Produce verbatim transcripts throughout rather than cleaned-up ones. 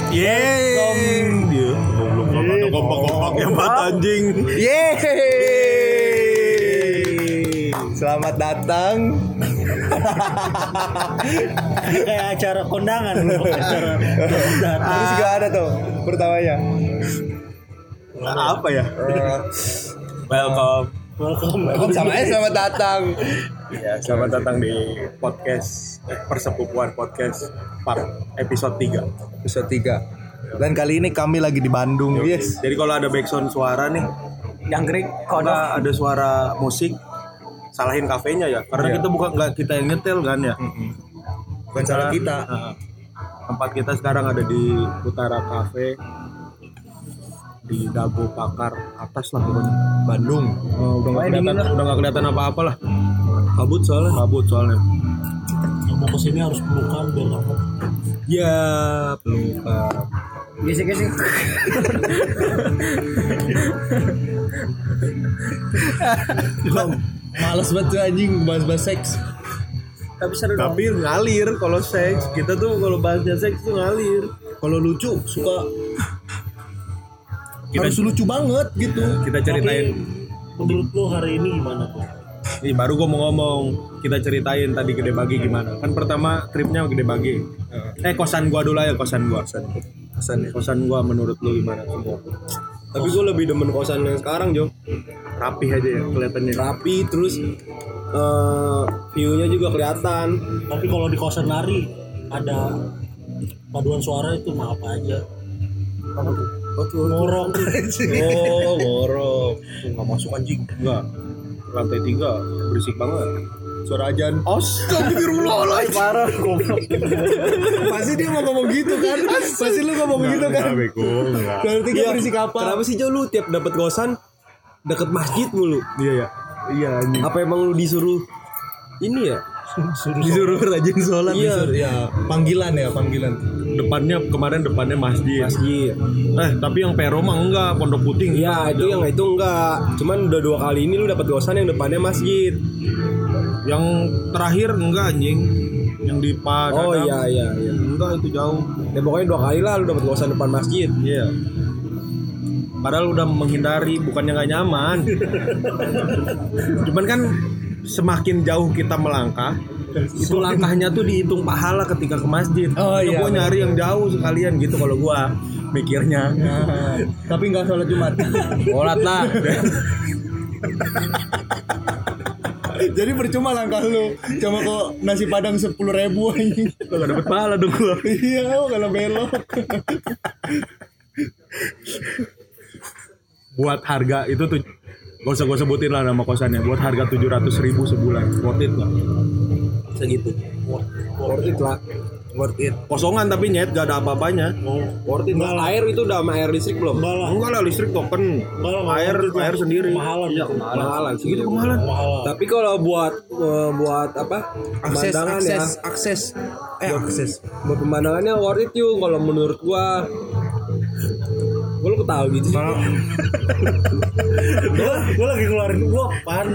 Yeay. Dia goblok banget kompak-kompak yang bat anjing. Yeay. Selamat datang. Kayak acara kondangan loh, acara kondangan. Terus gak ada tuh pertamanya. Apa ya? Welcome. Welcome. Welcome sama aja selamat datang. Ya, selamat datang di podcast eh, Persepupuan Podcast part episode tiga. Episode tiga. Dan kali ini kami lagi di Bandung, Oke. yes. Jadi kalau ada backsound suara nih, Jangkrik kalau ada suara musik, salahin kafenya ya. Karena Iya. kita bukan nggak kita yang nyetel kan ya. Bukan salah kita. Nah, tempat kita sekarang ada di Utara Cafe di Dago Pakar atas lah pokoknya. Bandung. Oh, udah nggak kelihatan, udah nggak kelihatan apa-apa lah. Kabut soalnya. Kabut soalnya. Yang mau kesini harus pelukan biar aman. Ya, pelukan. Gesek-gesek. Males banget tuh anjing bahas-bahas seks. Tapi seru dong. Tapi ngalir kalau seks. Kita tuh kalau bahasnya seks tuh ngalir. Kalau lucu suka Kita harus lucu banget gitu. kita ceritain. Menurut lo hari ini gimana tuh? Nih baru gue mau ngomong. Kita ceritain tadi Gede Bagi gimana. Kan pertama tripnya Gede Bagi. Eh kosan gua dulu ya kosan gua. Kosan. Kosan ya. Kosan gua menurut lu gimana semua? Tapi gue lebih demen kosan yang sekarang, Jo. Rapih aja ya kelihatannya. Rapi, terus uh, view-nya juga kelihatan. Tapi kalau di kosan lari ada paduan suara itu mah apa aja. Apa tuh? Ngorok. Oh, ngorok. Enggak masuk anjing. Enggak. Lantai tiga berisik banget. Suara ajan. Astagfirullahaladzim. Parah goblok. Pasti dia mau ngomong gitu kan? Pasti lu ngomong gitu kan? Beko, enggak. Suara tiga berisik apa? Kenapa sih, Jo, lu tiap dapat kosan deket masjid mulu? Iya ya. Iya anjing. Apa emang lu disuruh ini ya? Disuruh rajin sholat. Iya. disuruh- Ya, panggilan ya, panggilan. Depannya kemarin depannya masjid. Masjid. Eh, tapi yang Pero mah enggak, Pondok Putih. Iya, itu yang itu enggak. Cuman udah dua kali ini lu dapat kosan yang depannya masjid. Yang terakhir enggak anjing. Yang di Padang. Oh iya iya iya. Enggak, itu jauh. Ya pokoknya dua kali lah lu dapat kosan depan masjid. Iya. Padahal udah menghindari, bukannya nggak nyaman. Cuman kan semakin jauh kita melangkah, itu langkahnya tuh dihitung pahala ketika ke masjid. Oh, Ya, iya, gua nyari yang jauh sekalian gitu kalau gua mikirnya. Nah, tapi nggak sholat Jumat. Sholat lah. Jadi percuma langkah lu. Cuma kok nasi padang sepuluh ribu anjing. Gak dapet pahala dong gua. Iya, kalau belok. Buat harga itu tuh, gak usah gua sebutin lah nama kosannya. Buat harga tujuh ratus ribu sebulan, worth it gak? Segitu. Worth it lah. Worth it. Kosongan tapi nyet, gak ada apa-apanya. Worth it. Nah, air itu udah sama air listrik belum? Enggak lah. Enggak lah, listrik token. Enggak lah, Air, itu air sendiri. Kemahalan. Iya, Mahalan sih. Segitu kemahalan. Kemahalan. Tapi kalau buat uh, buat apa? Akses, Pemandangan akses, ya. akses. Eh, akses. Buat pemandangannya worth it yuk kalau menurut gua. Gua lu ketawa gitu sih. Gue gue lagi keluarin gue pan.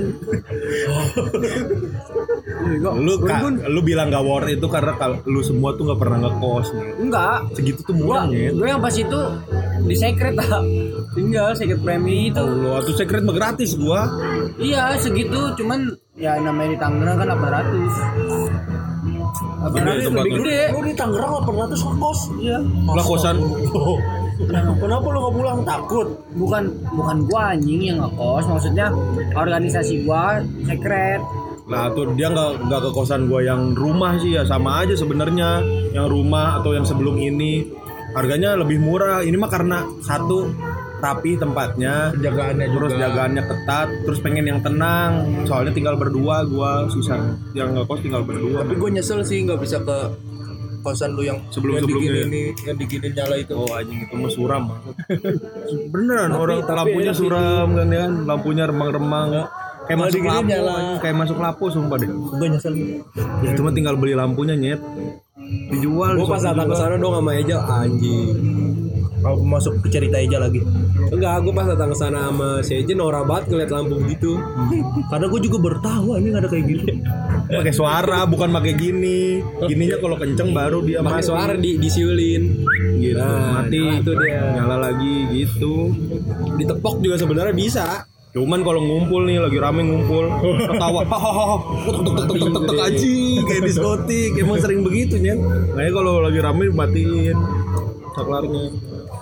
Lu ka, lu bilang gak worth itu karena kalau lu semua tuh gak pernah ngekos nih. Enggak, Segitu tuh gua murahnya. gue yang pas itu di secret lah, tinggal secret premi itu. Lu atau secret mah gratis gua. Iya segitu, cuman ya namanya di Tangerang kan delapan ratus. delapan ratus tempat lebih lu. gede. Lu di Tangerang delapan ratus ngekos. Iya. Lah kosan. Kenapa lu nggak pulang takut? Bukan bukan gua anjing yang ngekos, maksudnya organisasi gua secret. Nah tuh dia nggak nggak ke kosan gua yang rumah sih ya, sama aja sebenarnya. Yang rumah atau yang sebelum ini harganya lebih murah. Ini mah karena satu rapi tempatnya, Penjagaannya juga. terus jagaannya ketat, terus pengen yang tenang. Soalnya tinggal berdua gua, sisa yang ngekos tinggal berdua. Tapi gue nyesel sih nggak bisa ke kosan lu yang Sebelum-sebelumnya yang digini, yang digini nyala itu. Oh anjing itu mah suram banget. Beneran Tapi- orang tapi lampunya enak suram kan ya kan, lampunya remang-remang. Kayak Kalau masuk digini lapo, nyala. anjing. Kayak masuk lapo sumpah deh. Gue nyesel. Ya cuma tinggal beli lampunya nyet. Dijual. Gua pas dijual. datang ke sana dong sama Eja anjing. Mau masuk ke cerita aja lagi. Enggak, gue pas datang ke sana sama si Ejen norak banget ngeliat lampu begitu. Karena gue juga bertahu ini ada kayak gini. Pakai suara bukan pakai gini. Gininya kalau kenceng baru dia Pakai mati. suara di disiulin. Gitu. Nah, mati nyala itu tuh dia. dia. Nyala lagi gitu. Ditepok juga sebenarnya bisa. Cuman kalau ngumpul nih lagi rame ngumpul ketawa hahaha tek tek tek tek tek tek aji kayak diskotik emang sering begitu nya. Nah kalau lagi rame matiin saklarnya.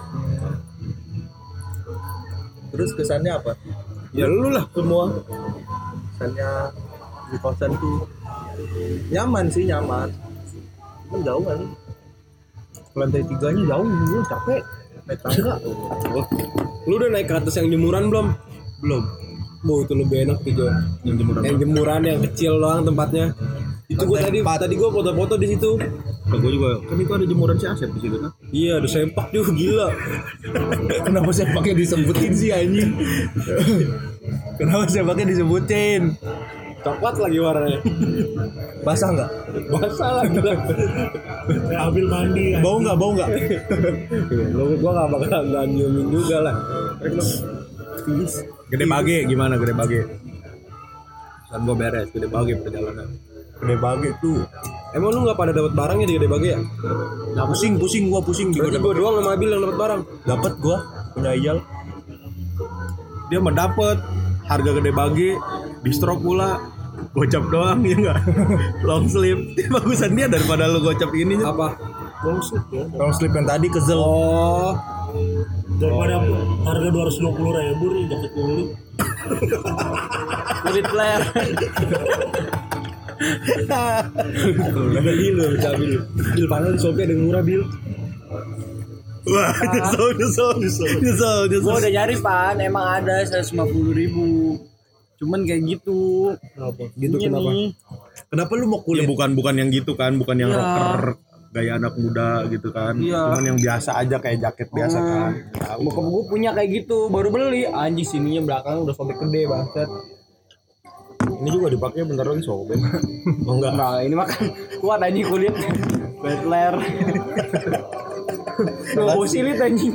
Terus kesannya apa? Ya lu lah semua. Kesannya di kosan tuh nyaman sih nyaman. Cuman jauh kan. Lantai tiganya jauh, gue capek naik tangga. Lu udah naik ke atas yang jemuran belum? Belum. Oh itu lebih enak tuh Jo. Yang jemuran. Yang jemuran yang kecil doang tempatnya. Itu gue tadi tadi gue foto-foto di situ. Nah, gue juga kan itu ada jemuran si Asep di situ kan. Iya, ada sempak juga gila. Kenapa saya pakai disebutin sih anjing? Kenapa saya pakai disebutin? Coklat lagi warnanya. Basah nggak? Basah lah gila. Ambil mandi. Bau nggak? Bau nggak? Lu gua enggak bakal enggak nyiumin juga lah. Gede Bage gimana Gede Bage? Kan gue beres Gede Bage perjalanan. Gede Bage tuh. Emang lu enggak pada dapat barangnya di Gede Bage ya? Nah, pusing, pusing gua pusing di Berarti Gede gua Bage. doang sama Abil yang dapat barang. Dapat gua punya Iyal. Dia mah dapet harga Gede Bage distro pula gocap doang ya enggak. Long sleeve. Bagusan dia daripada lu gocap ininya. Apa? Long sleeve yang tadi kezel. Oh, Daripada harga dua ratus dua puluh ribu nih jaket kulit. Kulit flare. Bil lu, Bil. Bil padahal di Shopee ada yang murah, Bil. Wah, nyesel, nyesel, nyesel, nyesel, nyesel. Gue udah nyari pan, emang ada seratus lima puluh ribu. Cuman kayak gitu. Gitu Ini kenapa? nih. Kenapa lu mau Ya kulit? bukan bukan yang gitu kan, bukan yang Iya. rocker gaya anak muda gitu kan. Iya. Cuman yang biasa aja kayak jaket biasa kan. Bokap gue punya kayak gitu, baru beli. Anjing sininya belakang udah sobek gede banget. Ini juga dipakai bentar lagi sobek. Oh enggak. Nah, ini makan kuat anjing kulit. Kulit flare. Tuh silit anjing.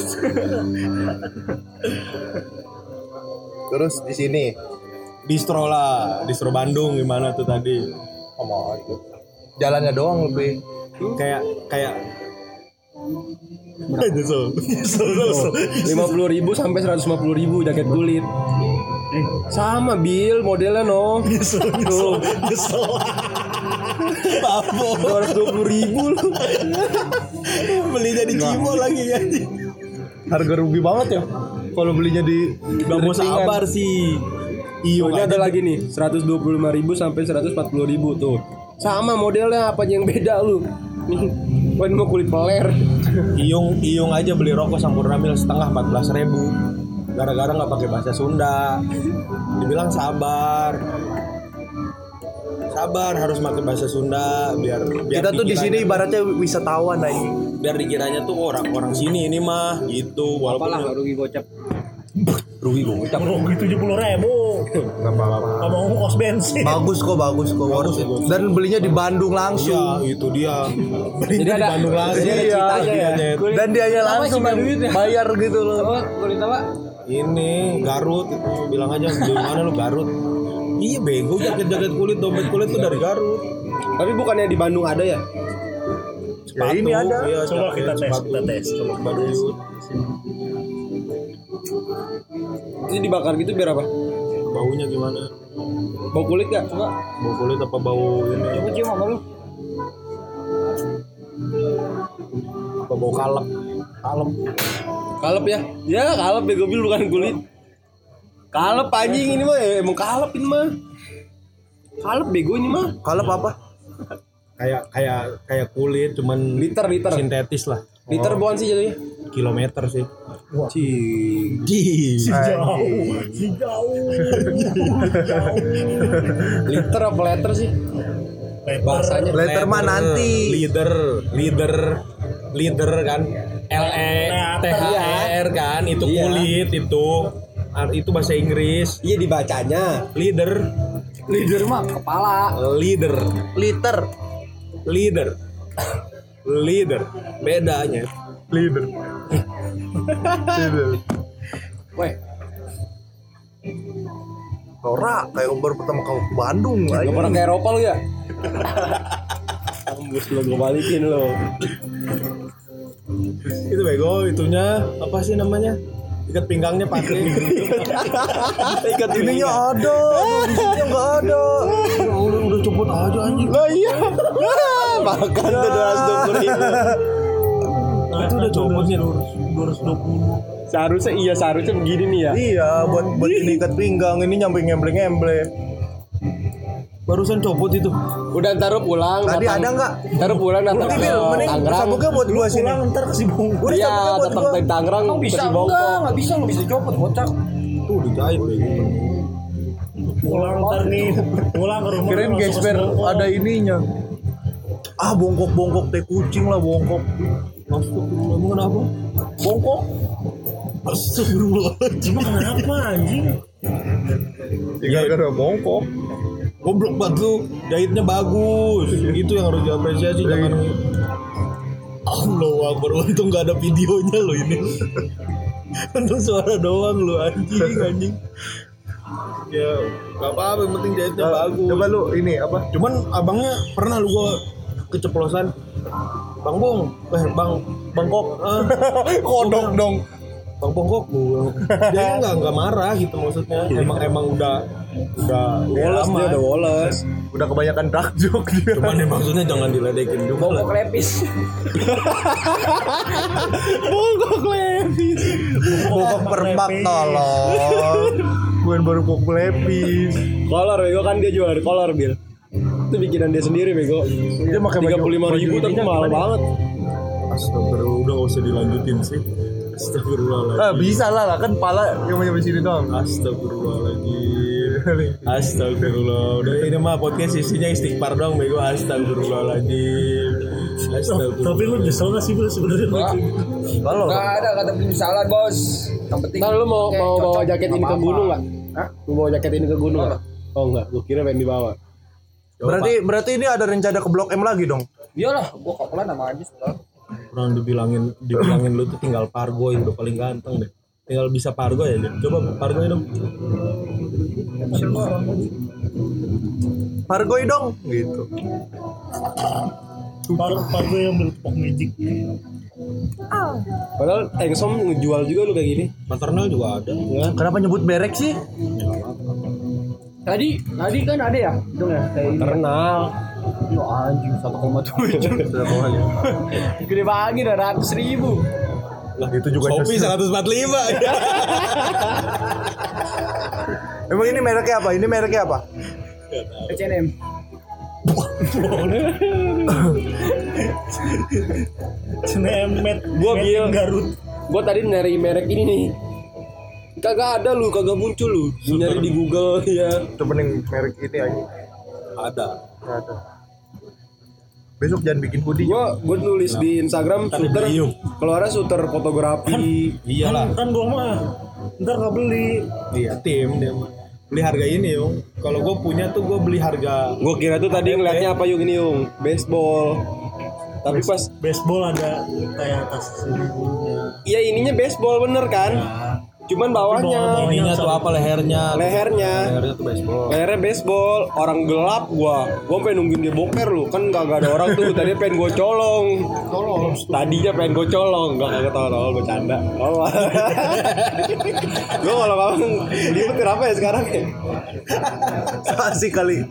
Terus di sini Distro lah, distro Bandung gimana tuh tadi? sama itu. Jalannya doang lebih. Kayak kayak nyesel, nyesel, nyesel. lima puluh ribu sampai seratus lima puluh ribu jaket kulit. Eh, sama Bil modelnya no. Tuh, Nyesel. Babo. dua ratus dua puluh ribu lu. Belinya di Cimo lagi kan. Harga rugi banget ya. Kalau belinya di Bamo Sabar sih. Iyo, ini ada lagi nih, seratus dua puluh lima ribu sampai seratus empat puluh ribu tuh. Sama modelnya, apa yang beda lu? Nih, gua ini mau kulit peler. Iyung Iyung aja beli rokok Sampurna Mil setengah empat belas ribu. Gara-gara nggak pakai bahasa Sunda. Dibilang sabar. Sabar harus pakai bahasa Sunda biar, biar Kita tuh di sini dikiranya- ibaratnya wisatawan aja. biar dikiranya tuh orang-orang sini ini mah gitu walaupun Apalah rugi gocap. rugi gocap Rugi tujuh puluh ribu. nggak apa-apa. Sama ongkos bensin. Bagus kok, bagus kok. worth it. Dan belinya di Bandung Iya langsung. itu dia. Jadi ada, Bandung langsung. jadi ada Iya. ceritanya ya. Kulit- Dan dia Apa langsung sih, Mbak Duit ya? bayar gitu loh. Apa kulit apa? Ini Garut itu bilang aja di mana lu Garut. Iya bego jaket-jaket kulit dompet kulit tuh dari Garut. Tapi bukannya di Bandung ada ya? Ya ini ada. Iya, Coba jaket, kita tes, sepatu. kita tes. Coba kita tes. Itu dibakar gitu biar apa? Baunya gimana? Bau kulit gak? Coba. Bau kulit apa bau ini? Coba cium sama lu. Apa bau kalep? Kalem. Kalep ya? Ya kalep ya, bil bukan kulit. Kalep anjing ini mah, ya, emang kalep ini mah. Kalep bego ini mah. Kalau apa? Kayak kayak kayak kulit cuman Liter liter. sintetis lah. Liter bukan sih jadinya? Kilometer sih. Cing. Jauh, jauh. Liter apa letter sih? Bahasanya Letter mah nanti. Leader, leader, leader kan. L E T H E R kan itu Iya. kulit itu. Ar- Itu bahasa Inggris. Iya dibacanya. Leader, Leader mah kepala. leader, Liter. leader, leader. Bedanya leader. Weh, Nora kayak baru pertama kali ke Bandung. Gak pernah ke Eropa lu ya? Ambus lo gue balikin lo. Itu bego, itunya apa sih namanya? Ikat pinggangnya pakai. Ikat Ininya ada, ininya nggak ada. Ya udah udah copot aja anjing. Lah iya. Makan tuh dua ratus dua puluh ribu. Nah, itu udah copotnya dua ratus dua puluh. Seharusnya iya seharusnya begini nih ya. Iya, buat buat ini ikat pinggang ini nyampe ngemble-ngemble. Barusan copot itu. Udah ntar lu pulang. Tadi datang- ada nggak? Ntar lu pulang datang Udah ke Bil, mending Tangerang. sabuknya buat gua sini. Ntar kasih bongkar. Udah Iya, sabuknya buat datang gua. dari Tangerang emang bisa kasih enggak? bongkok. Enggak bisa, enggak bisa copot kocak. Tuh dijahit bego. Pulang ntar nih, pulang ke rumah. Kirain langsung gesper kasih bongkok. ada ininya. Ah, bongkok-bongkok teh kucing lah bongkok. Astagfirullah, emang kenapa? Bongkok. Astagfirullahaladzim. Emang kenapa anjing? Ya gara-gara bongkok. Goblok banget lu, jahitnya bagus. Itu yang harus diapresiasi, jangan Allah Akbar, untung gak ada videonya lo ini. Untung suara doang lo anjing anjing. Ya, gak apa-apa, yang penting jahitnya bagus. Coba lu ini apa? Cuman abangnya pernah lu gua keceplosan. Bang Bong, eh Bang Bangkok, ah, Kodok dong. Bang Bongkok, gua. Dia nggak nggak marah gitu maksudnya. Emang emang udah udah Woles lama. dia udah woles. Udah kebanyakan dark joke dia. Cuman ya maksudnya jangan diledekin juga lah. Bongkok lepis. Bongkok lepis. Bongkok permak tolong. Bukan baru bongkok lepis. Kolor bego kan dia jual kolor Bil. Itu bikinan dia sendiri bego. Dia pakai Tiga puluh lima ribu tapi mahal banget. Astagfirullah, udah nggak usah dilanjutin sih. Astagfirullahaladzim. Ah, bisa lah, lah kan pala yang nyampe sini doang. Astagfirullahaladzim. Astagfirullah. Udah ini mah podcast isinya istighfar doang bego. Astagfirullahaladzim. Astagfirullah. Tapi lu nyesel gak sih Bil sebenarnya? Kalau Enggak ada kata penyesalan, Bos. Yang penting Ntar lu mau oke, mau bawa cocok, jaket ini ke apa-apa. gunung nggak? Hah? Lu bawa jaket ini ke gunung nggak? Oh enggak, gua kira pengen dibawa. berarti berarti ini ada rencana ke Blok M lagi dong. Iyalah, gua kapelan sama aja sekarang. Orang dibilangin dibilangin lu tuh tinggal pargoy udah paling ganteng deh. Tinggal bisa pargoy aja. Coba pargoy dong. Pargoy dong gitu. Par Pargo yang bertepok magic. Padahal Tengsom ngejual juga lu kayak gini. Maternal juga ada. Ya. Kenapa nyebut merek sih? Tadi, tadi kan ada ya? Dong ya, kayak ini. Terkenal. Yo anjing satu koma tujuh. Gede banget dua ratus ribu. Lah itu juga Shopee seratus empat puluh lima. Emang ini mereknya apa? Ini mereknya apa? H and M. Cenemet. Gua Bil. Garut. Gua tadi nyari merek ini nih. Kagak ada lu, kagak muncul lu. Gua nyari di Google ya. Coba nih merek ini aja. Ada. Nggak ada. Besok jangan bikin hoodie. Gua gua nulis di Instagram shooter beliung. keluarnya shooter fotografi. Iyalah. Kan gua mah ntar nggak beli. Iya tim dia mah. Beli harga ini yung. Kalau gue punya tuh gue beli harga. Gua kira tuh tadi ngeliatnya apa yung ini yung baseball. Tapi pas Baseball ada kayak tas seribunya. iya ininya baseball bener kan? Cuman bawahnya, Ininya tuh apa lehernya? lehernya, Lehernya tuh baseball. lehernya baseball. Orang gelap gua, gua pengen nungguin dia boker lu. Kan gak, gak ada orang tuh. Tadi pengen gua colong. Colong. Tadinya pengen gua colong, gak kagak tahu-tahu bercanda. Oh. Gua kalau ngomong libet kenapa ya sekarang ya? Asik kali.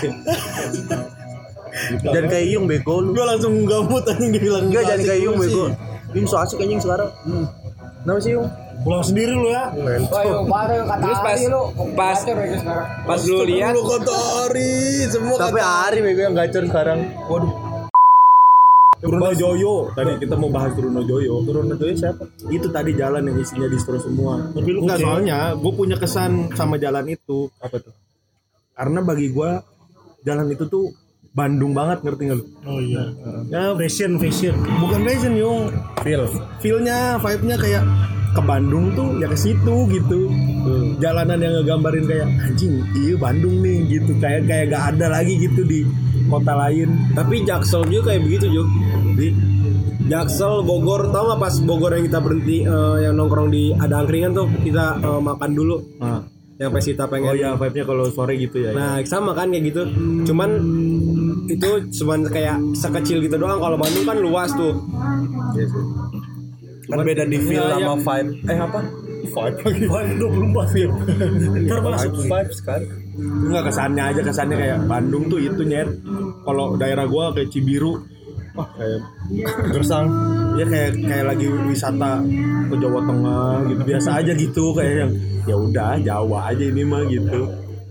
Jangan kayak Yung bego lu. Gue langsung gabut anjing dibilang. Enggak jangan kayak Yung sih. bego. Yung so asik anjing sekarang. Kenapa sih Yung? Pulang sendiri lu ya. Wah, yo baru kata Terus pas- Ari lu. pas- Gacor aja sekarang. Pas lu lihat, Lu kata Ari semua. Tapi Ari bego yang gacor sekarang. Waduh. Turuno Joyo. Tadi kita mau bahas Turuno Joyo. Turuno Joyo siapa? Itu tadi jalan yang isinya distro semua. Tapi lu Enggak, kucing. soalnya gue punya kesan sama jalan itu. Apa tuh? Karena bagi gue jalan itu tuh Bandung banget, ngerti nggak lu? Oh iya. Ya, Fashion, fashion. bukan fashion yung. Feel. Feel-nya, vibe-nya kayak ke Bandung tuh ya ke situ gitu. Jalanan yang ngegambarin kayak anjing, iya Bandung nih gitu. Kayak kayak gak ada lagi gitu di kota lain. tapi Jaksel juga kayak begitu juga. Di Jaksel, Bogor, tau nggak pas Bogor yang kita berhenti eh, yang nongkrong di ada angkringan tuh kita eh, makan dulu. Nah. Yang Pesita pengen. Oh iya, vibe-nya kalau sore gitu ya. Nah, sama kan kayak gitu. Cuman itu cuman kayak sekecil gitu doang. Kalau Bandung kan luas tuh. Iya sih. Kan beda di feel Iya, sama iya. vibe. Eh apa? Vibe lagi. Vibe dua puluh empat feel. Ntar masuk. Vibes, vibes kan. Enggak, kesannya aja, kesannya kayak Bandung tuh itu nyet. Kalau daerah gua kayak Cibiru, wah kayak Gersang. ya kayak kayak lagi wisata ke Jawa Tengah gitu, biasa aja gitu, kayak yang ya udah Jawa aja ini mah gitu.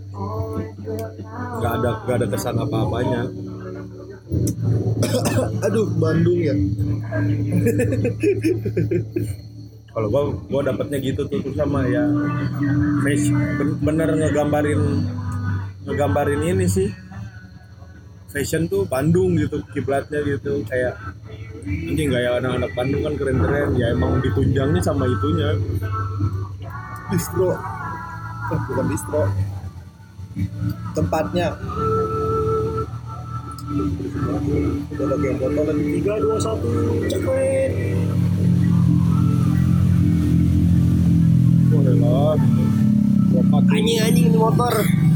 Nggak ada nggak ada kesan apa-apanya. Aduh, Bandung ya. Kalau gua gua dapatnya gitu tuh, terus sama ya fresh, bener ngegambarin ngegambarin ini sih. Fashion tuh Bandung gitu, kiblatnya gitu, kayak anjing gaya anak-anak Bandung kan keren-keren, ya emang ditunjangnya sama itunya. Distro. Eh, bukan distro. Tempatnya. Udah lagi yang botol lagi. Tiga dua satu cepet. Boleh lah. Anjing anjing ini motor.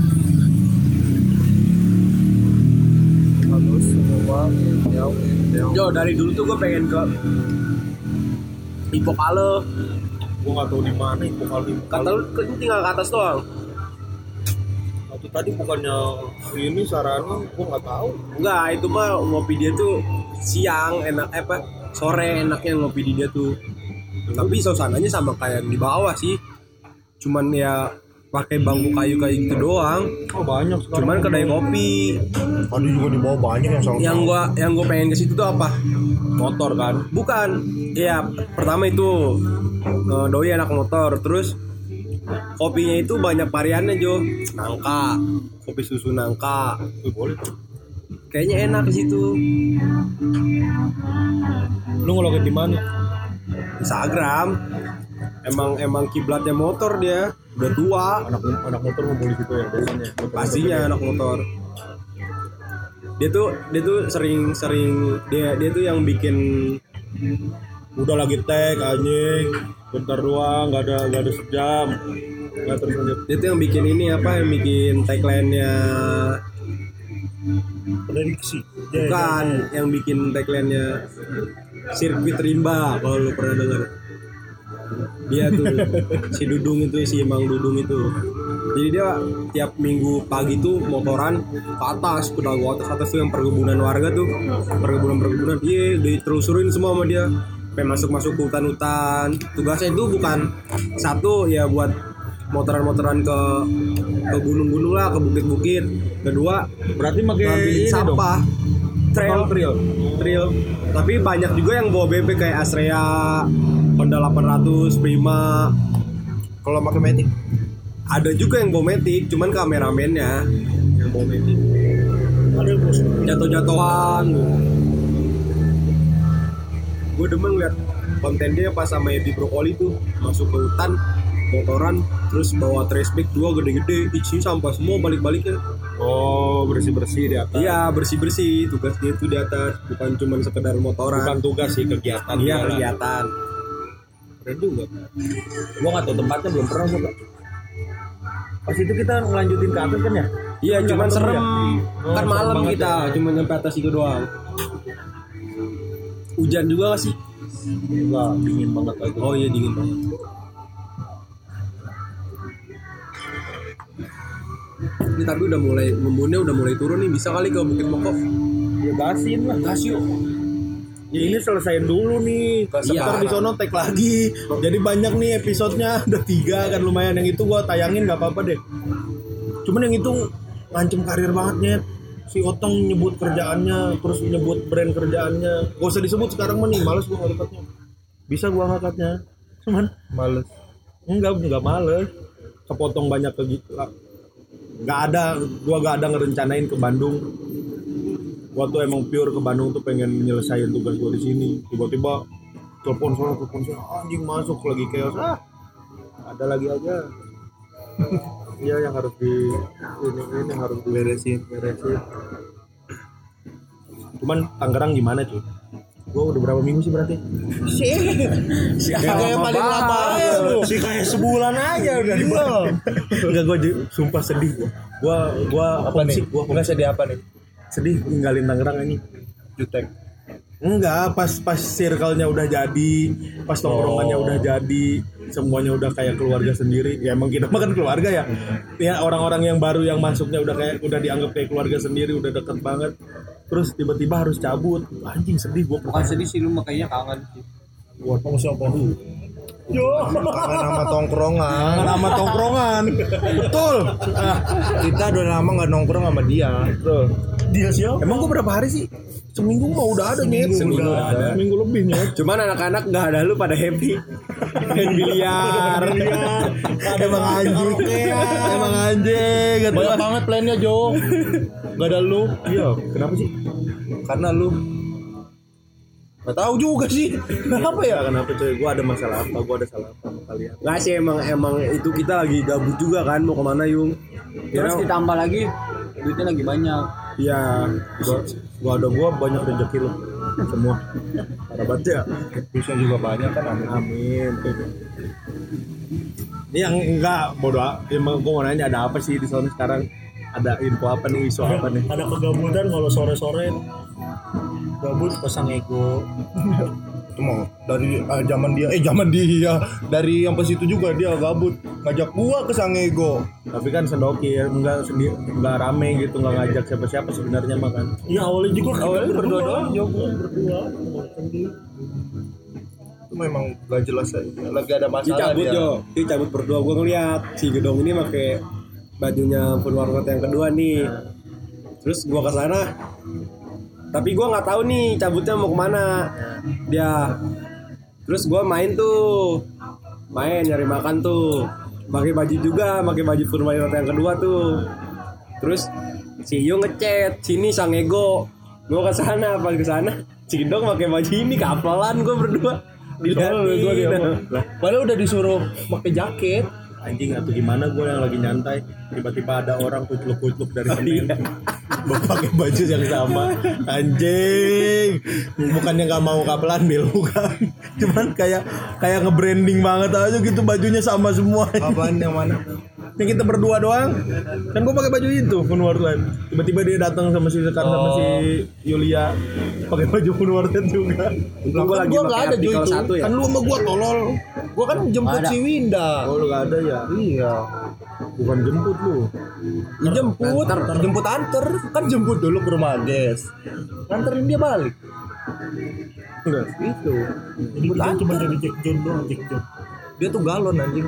Halus semua. Jauh, jauh. Jo, dari dulu tuh gue pengen ke Ipokale. Gua nggak tahu di mana itu kali. Kata lu ke- ini tinggal ke atas doang. Waktu tadi bukannya ini Sarani, gua nggak tahu. Enggak, itu mah ngopi dia tuh siang enak eh, apa sore enaknya ngopi di dia tuh. Tapi suasananya sama kayak di bawah sih. Cuman ya pakai bangku kayu-kayu gitu doang. Oh banyak sekarang. Cuman kedai kopi. Tadi juga di bawah banyak yang sama. Yang gua yang gua pengen ke situ tuh apa? Motor kan. Bukan. Iya, pertama itu eh, doi anak motor, terus kopinya itu banyak variannya Jo. Nangka, kopi susu nangka. Wih, boleh tuh. Kayaknya enak di situ. Lu ngeloget di mana? Instagram. Emang emang kiblatnya motor dia. Udah tua. Anak anak motor ngumpul di situ ya biasanya. Pastinya anak motor. Dia tuh dia tuh sering-sering dia dia tuh yang bikin Udah lagi tag anjing. Bentar doang, nggak ada nggak ada sejam. Nggak terus lanjut. dia tuh yang bikin ini apa yang bikin tagline-nya Prediksi. bukan yang bikin tagline-nya sirkuit rimba kalau lu pernah dengar. Dia tuh si Dudung itu si Mang Dudung itu. Jadi dia tiap minggu pagi tuh motoran ke atas, ke dagu atas atas tuh yang perkebunan warga tuh, perkebunan perkebunan. Iya, ditelusurin semua sama dia. Sampai masuk-masuk ke hutan-hutan. Tugasnya itu bukan satu ya buat motoran-motoran ke ke gunung-gunung lah, ke bukit-bukit. Kedua, Berarti pakai ngambilin ini dong. sampah. Trail, Trail. trail. Tapi banyak juga yang bawa B B kayak Astrea, Honda delapan ratus, Prima. Kalau pakai Matic. Ada juga yang bawa Matic, cuman kameramennya yang bawa Matic. Ada yang bos. Jatuh-jatuhan. Gue demen liat konten dia pas sama Edi Brokoli tuh masuk ke hutan motoran terus bawa trash bag dua gede-gede isinya sampah semua balik-baliknya. Oh, bersih-bersih di atas. Iya bersih-bersih tugas dia tuh di atas bukan cuma sekedar motoran. Bukan tugas sih, kegiatan. Iya dia lah. kegiatan. Keren juga. Gua nggak tahu tempatnya, belum pernah gua. Pak. Pas itu kita ngelanjutin ke atas kan ya? Iya Kan cuman nggak ketemu serem. ya? Oh, Kan serem malam banget kita ya. cuma nyampe atas itu doang. Hujan juga gak sih? Enggak, dingin banget lagi. Oh iya dingin banget. Ini tapi udah mulai ngembunnya udah mulai turun nih, bisa kali ke Bukit Mokok. Ya gasin lah. Gas yuk. Ya ini selesaiin dulu nih. Iya. Ntar di sono tag lagi. Jadi banyak nih episodenya. Udah tiga kan lumayan. Yang itu gua tayangin nggak apa-apa deh. Cuman yang itu ngancem karir banget Nyet. Si Otong nyebut kerjaannya, terus nyebut brand kerjaannya. Gak usah disebut sekarang mah nih, males gua ngangkatnya. Bisa gua ngangkatnya. Cuman Males. enggak, enggak males. Kepotong banyak ke gitu. Gak ada, gua gak ada ngerencanain ke Bandung. Gua tuh emang pure ke Bandung tuh pengen nyelesain tugas gua di sini. Tiba-tiba telepon sono, telepon sono, anjing masuk lagi chaos. Ah, ada lagi aja. Iya yang harus di ini ini harus diberesin, beresin. Cuman Tangerang gimana cuy? Gue udah berapa minggu sih berarti? Si kayak paling lama aja lu. Si kayak sebulan aja udah di Enggak, gue sumpah sedih gue. Gue gue Apa nih? gue Enggak sedih apa nih? sedih ninggalin Tangerang ini. Jutek. Enggak, pas pas circle-nya udah jadi, pas tongkrongannya Oh. udah jadi, semuanya udah kayak keluarga sendiri. Ya emang kita mah kan keluarga ya. Ya orang-orang yang baru yang masuknya udah kayak udah dianggap kayak keluarga sendiri, udah deket banget. Terus tiba-tiba harus cabut. Anjing sedih gua. Bukan sedih sih, lu makanya kangen sih. Gua mau siapa? Yo, kangen sama tongkrongan. Sama tongkrongan. Betul. Ah, Kita udah lama nggak nongkrong sama dia. betul. Dia siapa? Emang gua berapa hari sih? Seminggu mah udah ada nyet. Seminggu udah ada. Seminggu lebih nyet. Cuman anak-anak nggak ada lu pada happy. Main biliar. Emang anjing. Emang anjing. Gak Banyak banget plannya Jo. Gak ada lu. Iya, kenapa sih? Karena lu Gak tahu juga sih. Kenapa ya? Ya kenapa coy? Gua ada masalah apa? Gua ada salah apa sama kalian? Nggak sih emang emang itu kita lagi gabut juga kan mau kemana Yung? Terus Ya, ditambah lagi duitnya lagi banyak. Iya, gua, gua ada gua banyak rezeki lo semua. Para baca. Bisa juga banyak kan. Amin. Amin. Ini yang enggak bodoh. Emang gua mau nanya ada apa sih di sana sekarang? Ada info apa nih, isu apa nih? Ada kegabutan kalau sore-sore gabut pasang ego. Itu mau dari eh, zaman dia, eh zaman dia dari yang pas itu juga dia gabut ngajak gua ke Sangego. Tapi kan sendokir, enggak sendiri, enggak rame gitu, enggak ngajak siapa-siapa sebenarnya mah kan. Ya awalnya juga kita Awalnya berdua berdua doang, Ya gua berdua sendiri. Itu memang gak jelas aja. Lagi ada si masalah cabut dia. Jo, si cabut berdua gue ngeliat si Gedong ini pakai bajunya Full Warkot yang kedua nih. Terus gue kesana, tapi gue nggak tahu nih cabutnya mau kemana dia. Terus gue main tuh, main nyari makan tuh, pakai baju juga, pakai baju Full Warkot yang kedua tuh. Terus si Yung ngechat, sini Sangego. Gue kesana, pas kesana, si Gedong pakai baju ini kapelan gue berdua. Gua dia Dilihatin. lah. Padahal udah disuruh pakai jaket. Anjing atau gimana gue yang lagi nyantai tiba-tiba ada orang kucluk-kucluk dari sini pakai baju yang sama. Anjing, bukannya nggak mau kapelan Bil, bukan, cuman kayak kayak nge-branding banget aja gitu, bajunya sama semua. Apaan yang mana? Yang kita berdua doang kan, gue pakai baju itu Funwarten, tiba-tiba dia datang sama si Sekar sama si Yulia pakai baju Funwarten juga. Untung gue Kan lagi gua nggak pakai ada, artikel Jo, itu. satu ya. Kan lu sama gue tolol. Gua kan jemput Ada. si Winda. Oh lu gak ada ya? Iya. Bukan jemput lu. Ya, jemput, jemput anter. Kan jemput dulu ke rumah Des. Anterin dia balik. Enggak. Itu. Jadi kita cuma jadi Jack John doang, Jack John. Dia tuh galon anjing.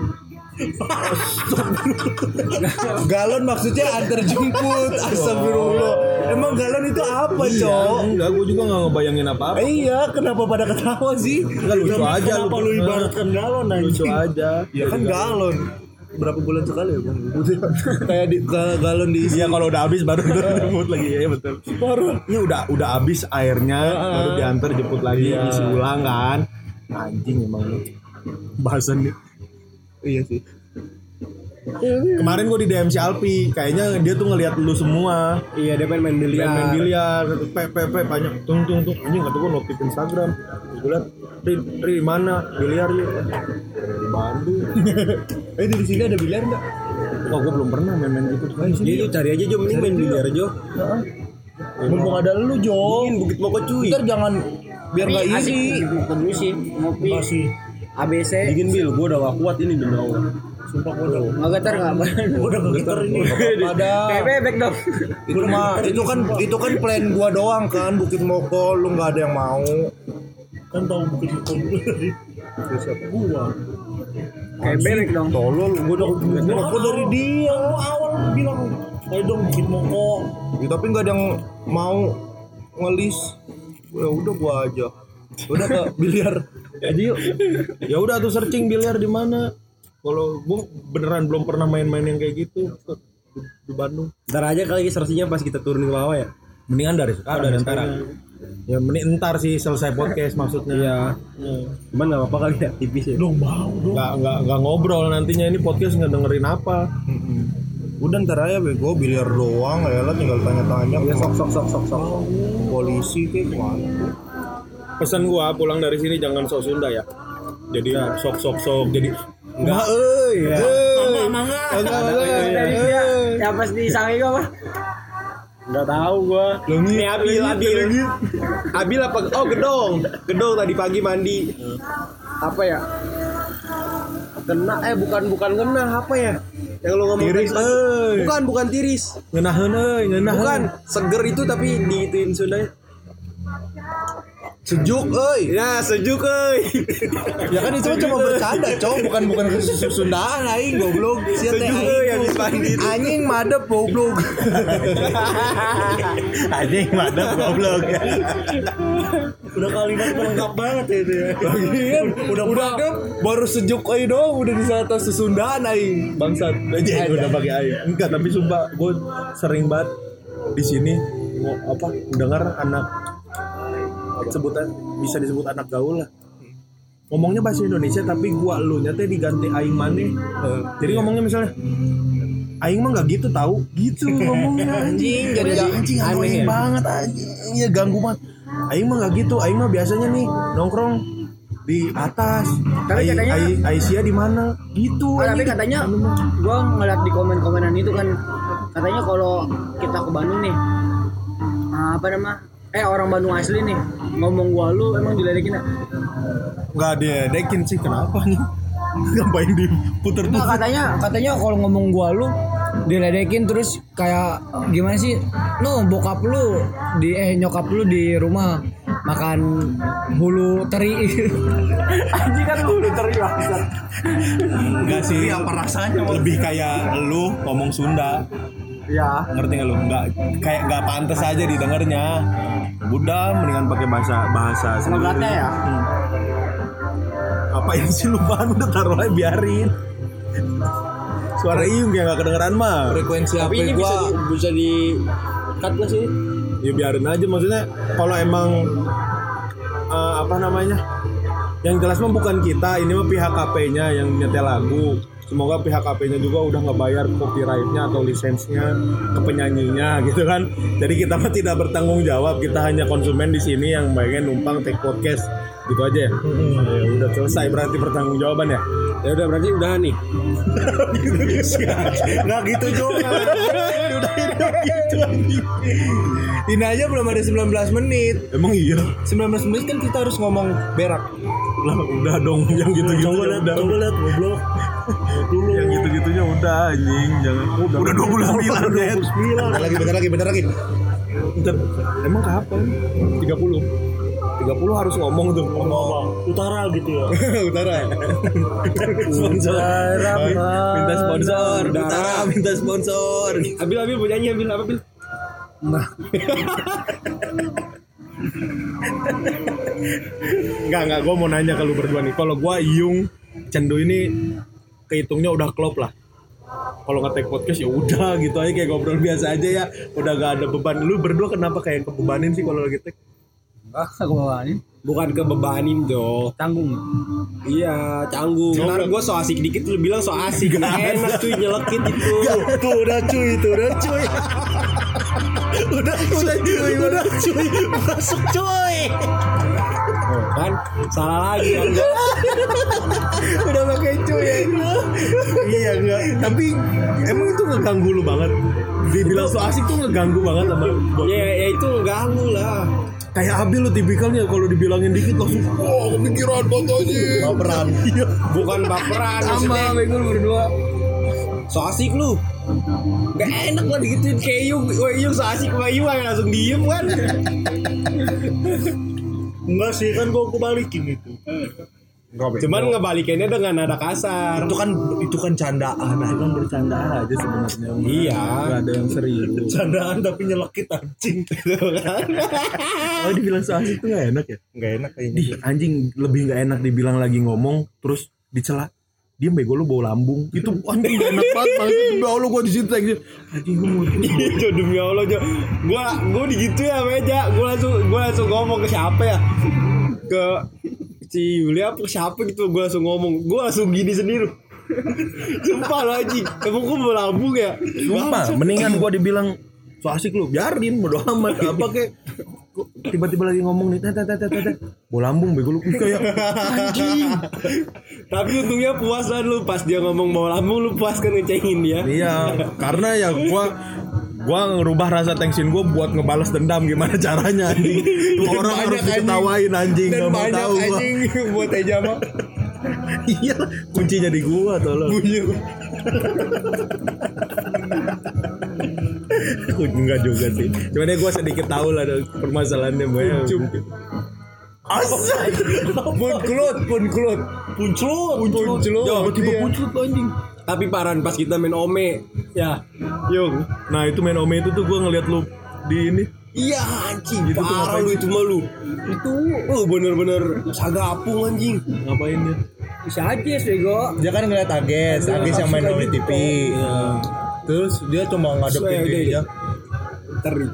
Galon maksudnya antar jemput. Astagfirullah. Emang galon itu apa, Cok? Enggak, gue juga gak ngebayangin apa-apa. Eh, iya, kenapa pada ketawa sih? Enggak, lucu aja lu. Kenapa lu ibaratkan galon Lucu anjing? aja. Ya kan galon. Berapa bulan sekali ya, Bang? Kayak di ga- galon diisi. Iya, kalau udah habis baru jemput lagi. Ya betul. Baru. Ini udah udah habis airnya, baru diantar jemput lagi, Iya. isi ulang kan. Anjing emang lu. Bahasan nih. Iya sih. Kemarin gue di D M si Alpi, kayaknya dia tuh ngelihat lu semua. Iya dia pengen main biliar. Main, main biliar, pe pe pe banyak tung tung tung. Anjing kata gue notif Instagram. Terus gue liat, Ri, Ri mana biliar yuk? Di Bandung. Eh di sini ada biliar enggak? Wah, gue belum pernah main-main gitu. Jadi itu cari aja Jo, mending main biliar Jo. Mumpung ada lu, Jo. Dingin Bukit Moko cuy. Ntar jangan biar Tapi enggak asik iri. gitu dulu sih ngopi Masih A B C. Dingin Bil, gue udah gak kuat ini demi Allah. sumpah gua udah Nggak getar nggak? gua udah getar ini. Ada. Kayak bebek dong. Itu mah itu kan itu kan plan gua doang kan, Bukit Moko lu nggak ada yang mau. Kan tahu Bukit Moko dulu dari gua. Kayak bebek dong. Tolol, gua udah Bukit Moko dari dia. Lu awal bilang ayo dong Bukit Moko. Ya, tapi nggak ada yang mau ngelis. Ya udah gua aja. Udah ke biliar aja yuk. Ya udah tuh searching biliar di mana. Kalau gue beneran belum pernah main-main yang kayak gitu di, di Bandung. Ntar aja kali searchingnya pas kita turun ke bawah ya. Mendingan dari sekarang. Oh, dari dari sekarang. Ya mending ntar sih selesai podcast maksudnya. Iya. Cuman gak apa-apa kali ya, tipis ya. Dong bau dong. Nggak nggak nggak ngobrol nantinya, ini podcast nggak dengerin apa. Udah ntar aja bego biliar doang ya lah, tinggal tanya-tanya Ya ke sok sok sok sok sok. polisi kayak kemana. Pesan gua pulang dari sini jangan sok Sunda ya. Jadi sok sok sok jadi Enggak euy. Mangga, mangga. Dari dia ya pas di sange gua apa? nggak tahu gua. Ini Abil, Abil. Abil apa? Oh, Gedong. Gedong tadi pagi mandi. Apa ya? Kena eh bukan bukan kena apa ya? Yang lu ngomong Tiris, tadi. euy. Bukan, bukan tiris. Ngenaheun euy, ngenaheun. Bukan, seger itu tapi diituin Sundanya. Sejuk euy. Ya, sejuk euy. Ya kan itu cuma bercanda, Cok, bukan bukan ke Sundaan aing goblok. Sia teh Sejuk euy habis mandi. anjing madep goblok. Anjing madep goblok. Udah kalimat lengkap banget ya itu ya. Lagian udah udah baru sejuk euy doang udah di sana Sundaan aing. Bangsat. Aja udah pakai air. Enggak, tapi sumpah gue sering banget di sini mau apa dengar anak sebutan bisa disebut anak gaul lah. Ngomongnya bahasa Indonesia tapi gua lu nyata diganti aing maneh. Jadi ngomongnya misalnya aing mah enggak gitu tahu. Gitu ngomongnya anjing. Jadi anjing aneh banget anjing. Ya ganggu banget. Aing mah enggak gitu. Aing mah biasanya nih nongkrong di atas. Tapi Ai- katanya- Ai- Aisyah di mana? Gitu. Ah, tapi anjing. katanya gua ngeliat di komen-komenan itu kan katanya kalau kita ke Bandung nih ah, apa nama eh orang Bandung asli nih ngomong gua lu emang diledekin ya? Enggak diledekin sih, kenapa nih? Ngapain diputer Nah, tuh? katanya katanya kalau ngomong gua lu diledekin terus kayak gimana sih? No, bokap lu di eh nyokap lu di rumah makan hulu teri. Anjing kan hulu teri maksud. Enggak sih, apa rasanya? Lebih kayak lu ngomong Sunda. Ya. Ngerti nggak lu? Nggak kayak nggak pantas aja didengarnya. Udah, mendingan pakai bahasa bahasa sendiri. Logatnya ya. Hmm. Apa yang sih lupaan udah taruh aja biarin. Suara Iyung kayak nggak kedengeran mah. Frekuensi H P Tapi ini bisa gua di, bisa di cut nggak sih? Ya biarin aja, maksudnya kalau emang eh, apa namanya? Yang jelas mah bukan kita, ini mah pihak K P-nya yang nyetel lagu. Semoga pihak K P-nya juga udah ngebayar copyright-nya atau lisensinya ke penyanyinya gitu kan. Jadi kita mah tidak bertanggung jawab, kita hanya konsumen di sini yang pengen numpang take podcast gitu aja ya. Ya udah selesai berarti pertanggungjawaban ya. Ya udah berarti udah nih. Nggak gitu juga. Udah gitu anjing. ini aja belum ada sembilan belas menit. Emang iya. sembilan belas menit kan kita harus ngomong berak. Lah udah dong yang gitu-gitu. Coba lihat, udah. coba lihat goblok. Dulu Yang gitu-gitunya udah anjing, jangan. Udah, udah dua puluh sembilan net. Bentar lagi, bentar lagi, bentar lagi. Bentar, emang kapan? tiga puluh. tiga puluh harus ngomong tuh. ngomong utara gitu ya. Utara ya. Sponsor. Minta sponsor. Utara minta sponsor. Abil, Abil mau nyanyi, Abil apa Bil? Enggak, enggak, gue mau nanya ke lu berdua nih. Kalau gue Iyung Cendu ini kehitungnya udah klop lah. Kalau nge-take podcast ya udah gitu aja kayak ngobrol biasa aja ya. Udah gak ada beban. Lu berdua kenapa kayak kebebanin sih kalau lagi take? Ah, aku bawain. Bukan kebebanin, Jo. Tanggung. Iya, canggung. Ntar gue so asik dikit, lu bilang so asik. Enak cuy, nyelekit itu. Tuh udah cuy, tuh udah cuy. udah udah cuy, udah cuy. Masuk cuy. Oh, kan salah lagi kan gua. Udah pakai cuy ya. Iya enggak. Tapi emang itu ngeganggu lu banget. Dibilang so asik tuh ngeganggu banget sama. Ya, ya itu ganggu lah. Kayak Abil lu tipikalnya kalau dibilangin dikit langsung oh kepikiran fotonya. Baperan. Iya. Bukan baperan Sama maksudnya. bego lu berdua. So asik lu. Gak enak lah digituin kayak Yung. Wah, Yung so asik sama Yung langsung diem kan. Enggak sih, kan gua kebalikin itu. Cuman ngebalikinnya dengan nada kasar. Itu kan itu kan candaan. Nah, kan bercanda aja sebenarnya. Iya. Gak ada yang serius. Candaan tapi nyelekit anjing. Oh dibilang so asik tuh gak enak ya? Enggak enak kayaknya. Ih anjing lebih gak enak dibilang lagi ngomong terus dicela. Dia bego lu bau lambung. Itu anjing gak enak banget. Maksudnya ya Allah gua di situ lagi. Anjing gua mau Itu demi Allah, Jo. Gua gua digitu ya meja. Gua langsung gua langsung ngomong ke siapa ya? Ke si Yulia apa ke siapa gitu. Gua langsung ngomong. Gua langsung gini sendiri. Sumpah lo anjing. Emang gua mau lambung ya? Sumpah, mendingan gua dibilang so asik lu, biarin bodo amat apa kek. kok tiba-tiba lagi ngomong nih, tet tet tet tet. Mau lambung bego lu kayak anjing. Tapi untungnya puas kan lu pas dia ngomong mau lambung lu puas kan ngecengin dia. Iya, karena ya gua gua ngerubah rasa tensin gua buat ngebales dendam gimana caranya anjing. Tuh orang harus diketawain anjing, Dan enggak mau banyak tahu gua. anjing buat Eja mah. Iya, kuncinya di gua tolong. Enggak juga sih. Cuman ya gua sedikit tahu lah permasalahannya boy. Asal. Pun kulut, pun kulut. Puncelut, Puncelut. Tiba-tiba Iya. puncut tuh anjing. Tapi paran pas kita main ome, ya. Yung. Nah, itu main ome itu tuh gua ngeliat lu di ini. iya anjing Gitu tuh parah ngapain lu sih? itu mah lu. Itu lu bener-bener sagapung anjing. Ngapain dia? Bisa aja bego. Dia kan ngeliat Ages, Ages yang main di T V. Terus dia cuma ngadepin Suede. dia. Teri.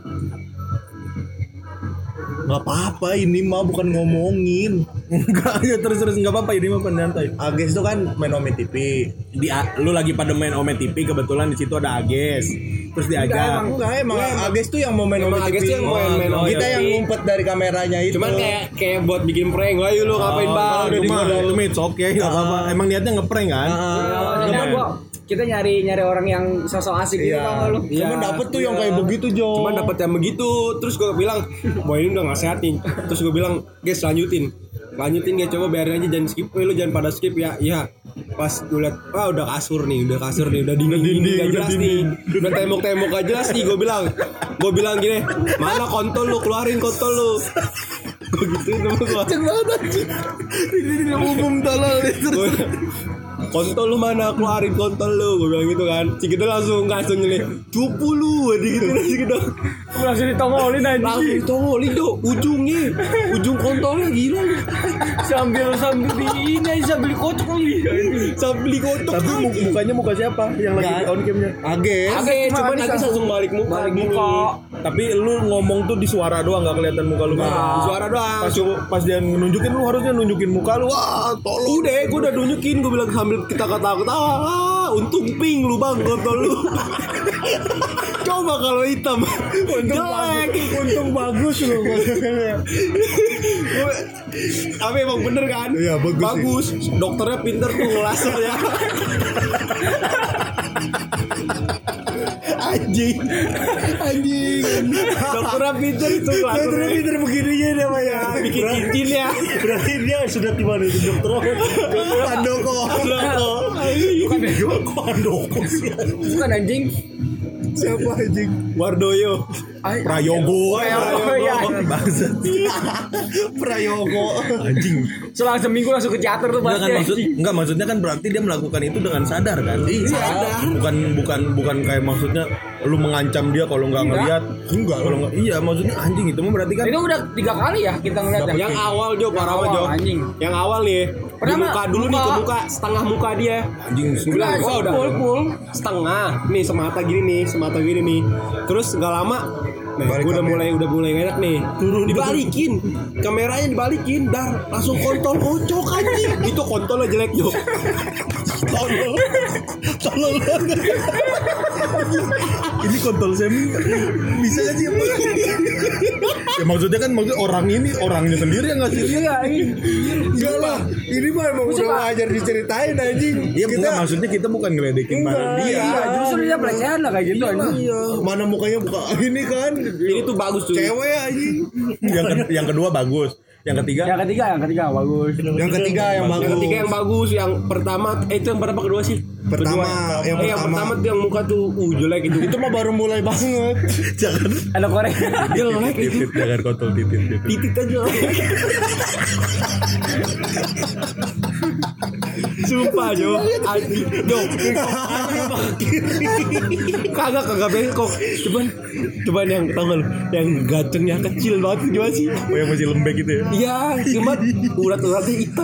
Gak apa-apa ini mah bukan ngomongin. Enggak, ya terus-terus enggak apa-apa ini mah penyantai. Ages tuh kan main Ome T V. Di lu lagi pada main Ome T V kebetulan di situ ada Ages. Terus diajak. Enggak, emang Ages tuh yang mau main Emang Ome T V. Ages tuh yang mau main- main Ome Kita T V. yang ngumpet dari kameranya itu. Cuman kayak kayak buat bikin prank. Wah, yuk lu ngapain bang? Itu mah itu mah it's okay, enggak apa-apa. Emang niatnya ngeprank kan? Kita gua kita nyari nyari orang yang sosok asik gitu Iya. bang lu. Cuman dapet tuh yang kayak begitu Jo. Cuman dapat yang begitu. Terus gue bilang, "Boy ini udah nggak sehat nih." Terus gue bilang, "Guys, lanjutin." Lanjutin ya, coba biarin aja, jangan skip. Eh, lu jangan pada skip ya. Iya. Pas gue liat, wah udah kasur nih, udah kasur nih, udah dinding dinding gak jelas nih, udah tembok tembok gak jelas nih. Gue bilang, gue bilang gini, mana kontol lu, keluarin kontol lu. Gue gituin sama gue. Cek banget anjing. Ini umum tolol itu. Kontol lu mana, keluarin kontol lu. Gue bilang gitu kan. Si kita langsung langsung nyelih, cupu lu, di gitu si kita. Langsung ditongolin aja. Langsung ditongolin do, ujungnya, ujung kontolnya gila lu. Sambil sambil di ini aja sambil kocok lagi. Sambil dikotok. Tapi mu- mukanya muka siapa yang lagi Nggak. on camnya? Ages. Oke, cuma cuman bisa. nanti langsung balik muka. Balik gini. muka. Tapi lu ngomong tuh di suara doang, nggak kelihatan muka lu. Di suara doang. Pas pas dia nunjukin, lu harusnya nunjukin muka lu. Wah, tolong. Udah, gue udah nunjukin, gue bilang sambil kita ketawa-ketawa, ah, untung pink lu bang, kontol lu. Coba kalau hitam, jelek. Untung bagus lu. Tapi emang bener kan? Iya, bagus Bagus. Dokternya pinter tuh ngelaser ya. Anjing. Anjing. Dokternya pinter itu ngelasernya. Pinter begininya namanya. Bikin cincin ya. Berarti dia sudah di mana itu dokter? Pandoko. Pandoko. Pandoko sih. Bukan anjing. Siapa anjing? Wardoyo. Prayogo. Prayogo, iya. Bangsat. Prayogo. Anjing. Selang seminggu langsung ke teater tuh Enggak kan pasti. maksud enggak maksudnya kan berarti dia melakukan itu dengan sadar kan? Iya. Bukan bukan bukan kayak maksudnya lu mengancam dia kalau nggak ngelihat. Enggak. Kalau nggak iya maksudnya anjing itu mah berarti kan Itu udah tiga kali ya kita ngeliat ya. Yang awal Jo, parah awal, banget Jo. anjing. Yang awal nih, di Pertama, muka dulu nih, ke muka. muka, setengah muka dia. anjing Gue bilang, Nah, wah udah full, full. setengah nih, semata gini nih, semata gini nih. Terus nggak lama, nah, Balik gue udah kamera. mulai udah mulai enak nih. Turun dibalikin, kameranya dibalikin, dar langsung kontol kocok anjing. Itu kontolnya jelek Jo. Tolong. Tolong banget. ini kontol semi bisa aja apa? Ya maksudnya kan maksudnya orang ini orangnya sendiri yang ngasih Iya, ini. Enggak lah. Ini mah emang udah wajar diceritain anjing. Iya bukan maksudnya kita bukan ngeledekin barang dia. Iya, justru dia pelecehan lah kayak gitu anjing. Iya. Mana mukanya buka ini kan. Ini tuh bagus tuh. Cewek anjing. yang ke- yang kedua bagus. Yang ketiga Yang ketiga, yang ketiga bagus. Yang ketiga yang bagus. Yang ketiga yang bagus, yang pertama, eh itu yang berapa kedua sih? Pertama, Kedua. yang eh, yang pertama. pertama tuh yang muka tuh, uh jelek itu. Itu mah baru mulai banget. jangan Ada korek. Jelek itu. titit jangan kontol titit gitu. Titit aja. Sumpah Jo, anjing Jo. Kagak kagak bengkok. Cuman cuman yang tau gak lu, yang gantengnya kecil banget gimana sih? Oh, yang masih lembek gitu ya. Iya, cuma urat-uratnya hitam.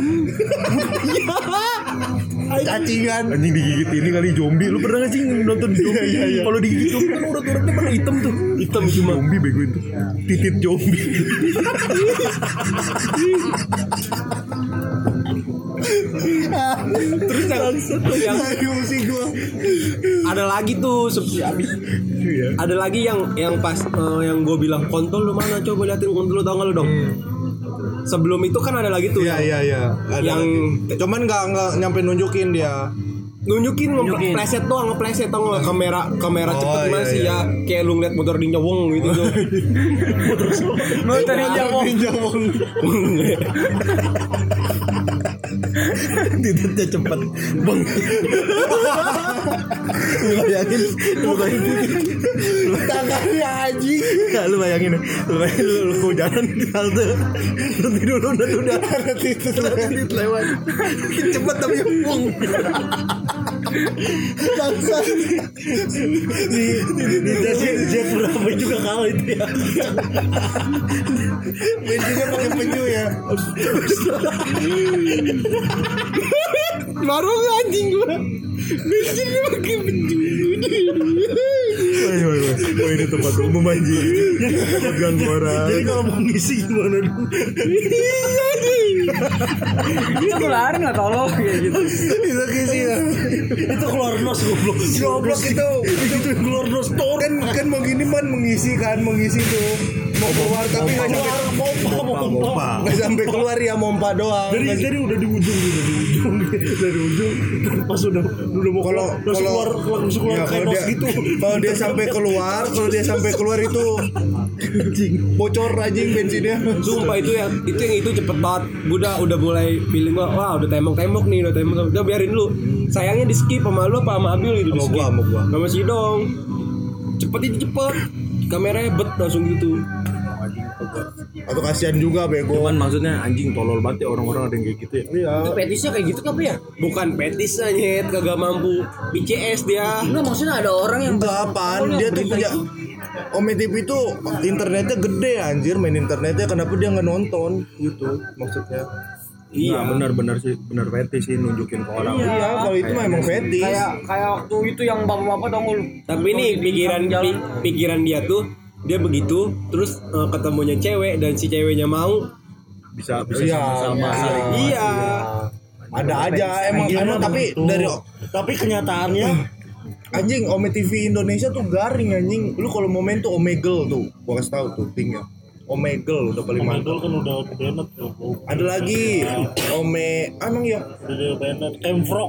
Cacingan. Anjing digigit ini kali zombie. Lu pernah gak sih nonton zombie? Kalau digigit zombie kan urat-uratnya pada hitam tuh. Hitam cuma. Zombie bego itu. Titit zombie. Terus yang, yang ada lagi tuh se- ada lagi yang yang pas uh, yang gue bilang kontol lu mana, coba liatin kontol lu, tau gak lu dong. Sebelum itu kan ada lagi tuh Iya iya iya. yang cuman nggak nggak nyampe nunjukin dia. nunjukin ngepleset doang, ngepleset tau nggak, kamera kamera Oh, cepet iya, masih iya. ya kayak lu ngeliat motor di nyawong gitu tuh. Motor Jawong. Tidurnya cepet bang. Lu bayangin, lu bayangin tangannya anjing. Nggak, lu bayangin, lu bayangin lu, lu kehujanan di halte, lu tidur udah udah ada titik titik lewat, cepet tapi bung. Bangsa di di di jadi dia berapa juga kali itu ya. Bensinnya pakai penyu ya. Baru anjing gua bensinnya pakai penyu. Woi woi woi, oh, ini tempat umum anjing. Pegang orang. Jadi kalau mau ngisi gimana dulu? Itu keluarin lah tolong kayak gitu. Itu ngisi ya. Itu keluar nos goblok. Goblok itu. Itu keluar dos kan kan mau gini man mengisi kan mengisi tuh. Mau keluar tapi nggak sampai Pompa, pompa. nggak sampai keluar ya mompa doang. Dari dari udah di ujung gitu, di ujung dari ujung pas udah udah mau Kalau keluar, langsung keluar kalau langsung keluar ya, kayak kalau nos dia gitu. kalau dia sampai keluar kalau dia sampai keluar itu anjing bocor anjing bensinnya. Sumpah itu yang itu yang itu cepet banget. Udah udah mulai feeling gua, wah udah tembok-tembok nih, udah tembok. Udah biarin dulu. Sayangnya di skip sama lu apa sama Abil gitu. Sama gua, sama gua. Sama si Dong. Cepet itu cepet. Kameranya bet langsung gitu. Atau kasihan juga bego. Cuman maksudnya anjing tolol banget ya orang-orang ada yang kayak gitu ya. Iya. Petisnya kayak gitu apa ya? Bukan petis aja, kagak mampu B C S dia. Enggak, maksudnya ada orang yang Enggak apaan, dia tuh punya Ome T V itu internetnya gede anjir, main internetnya kenapa dia nggak nonton gitu maksudnya. Iya benar-benar sih, benar fetis sih nunjukin ke orang. Iya, kalau itu memang fetis. kayak kayak waktu itu yang bapak-bapak tau nggak lu? Tapi ini pikiran pi- pikiran dia tuh dia begitu, terus uh, ketemunya cewek dan si ceweknya mau. Bisa bisa Iya, sama-sama iya. saling. Iya. Ada aja emang Gimana emang tapi begitu? dari Tapi kenyataannya anjing Ome T V Indonesia tuh garing anjing. Lu kalau mau main tuh Omegle tuh, gua kasih tahu tuh tinggal. Omegle udah paling mantap. Omegol kan udah banned tuh. Ada lagi Ome ah, emang ya Udah banned Camfrog.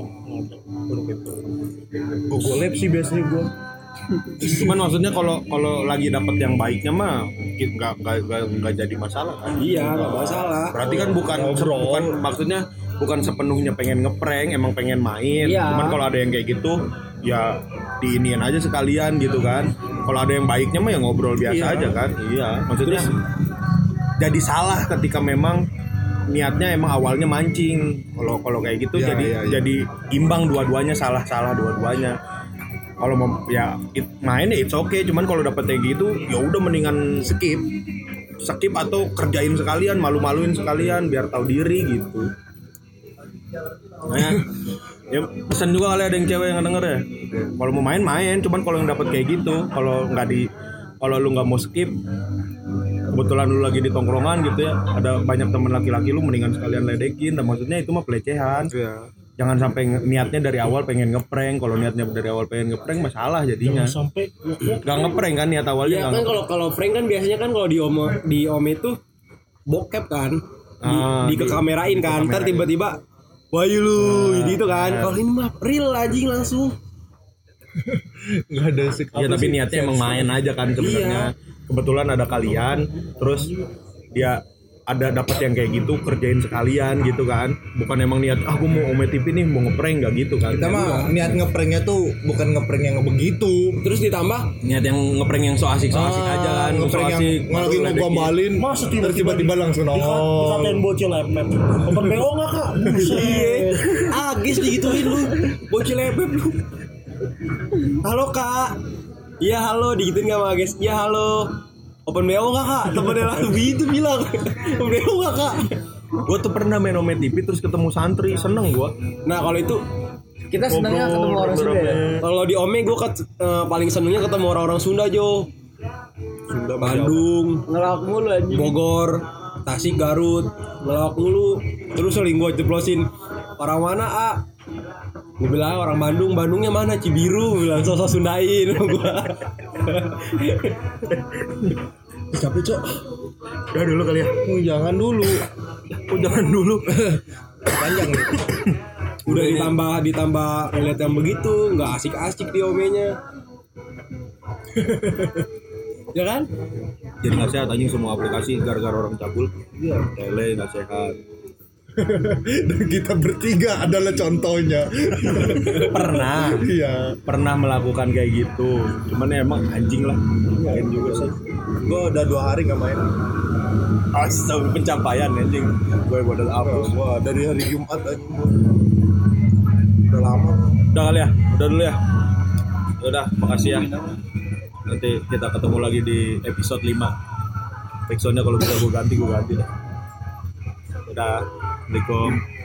Google Lab sih biasanya gua. Cuman maksudnya kalau kalau lagi dapat yang baiknya mah nggak nggak nggak nggak jadi masalah kan. Iya, enggak masalah. Berarti kan bukan bukan maksudnya bukan sepenuhnya pengen ngeprank, emang pengen main. Iya. Cuman kalau ada yang kayak gitu ya diiniin aja sekalian gitu kan. Kalau ada yang baiknya mah ya ngobrol biasa Iya. aja kan. Iya, maksudnya jadi salah ketika memang niatnya emang awalnya mancing. Kalau kalau kayak gitu Iya, jadi iya, iya. jadi imbang dua-duanya, salah-salah dua-duanya. Kalau mau ya it, main ya it's okay, cuman kalau dapet kayak gitu ya udah mendingan skip. Skip atau kerjain sekalian, malu-maluin sekalian biar tahu diri gitu. Nah, ya pesan juga kali ada yang cewek yang denger ya. Kalau mau main main, cuman kalau yang dapet kayak gitu, kalau nggak di kalau lu nggak mau skip, kebetulan lu lagi di tongkrongan gitu ya, ada banyak teman laki-laki lu mendingan sekalian ledekin. Dan maksudnya itu mah pelecehan. Jangan sampai nge- niatnya dari awal pengen ngeprank. Kalau niatnya dari awal pengen ngeprank masalah jadinya. Sampai Gak ngeprank kan niat awalnya Iya nggak kan nge- kalau kalau prank kan biasanya kan kalau di Ome di Ome itu bokep kan. Di, Ah, di di- kekamerain kan. Ntar tiba-tiba wah lu gitu kan. Kalau ini mah real anjing langsung. Enggak ada skip. Ya tapi niatnya emang main aja kan sebenarnya. Kebetulan ada kalian, terus dia ada dapat yang kayak gitu kerjain sekalian gitu kan. Bukan emang niat ah gue mau Ome T V nih mau ngeprank gak gitu kan. Kita mah niat ngepranknya tuh bukan ngeprank yang begitu. Terus ditambah Niat yang ngeprank yang so asik so asik aja kan. So Ngeprank yang asik. nggak lagi ngegombalin. masa Terus tiba-tiba langsung Dika- nongol. dikatain bocil lepet. Open B O enggak Kak? Buset. iya, agis digituin lu, bocil lepep lu. Halo kak, iya halo, digituin gak sama agis? Iya halo, open B O gak kak? Temennya Labi itu bilang, open B O gak kak? Gue tuh pernah main Ome T V terus ketemu santri, seneng gue. Nah kalau itu, Kita senangnya ketemu orang Sunda ya. kalau di Ome gue ket, eh, paling senengnya ketemu orang-orang Sunda Jo. Sunda Bandung, Ngelawak mulu anjing. Bogor, Tasik, Garut, ngelawak mulu. Terus sering gue jeblosin orang mana A? Gue bilang orang Bandung, Bandungnya mana? Cibiru, gue bilang sosok Sundain gue. Capek cok. Udah dulu kali ya. Oh, jangan dulu. Oh jangan dulu. Panjang nih. Udah ditambah ditambah ngeliat yang begitu, nggak asik-asik di omenya. Ya kan? Jadi nggak sehat anjing semua aplikasi gara-gara orang cabul. Iya. Tele nggak sehat. Dan kita bertiga adalah contohnya. Pernah. Iya. Pernah melakukan kayak gitu. Cuman ya emang anjing lah. Main juga sih. Gue udah dua hari nggak main. Astaga pencapaian anjing. Gue udah hapus. Wah dari hari Jumat anjing gue. Udah lama. Udah kali ya. Udah dulu ya. Udah, makasih ya. Nanti kita ketemu lagi di episode lima. Backsoundnya kalau bisa gue ganti, gue ganti dah. Udah, Assalamualaikum.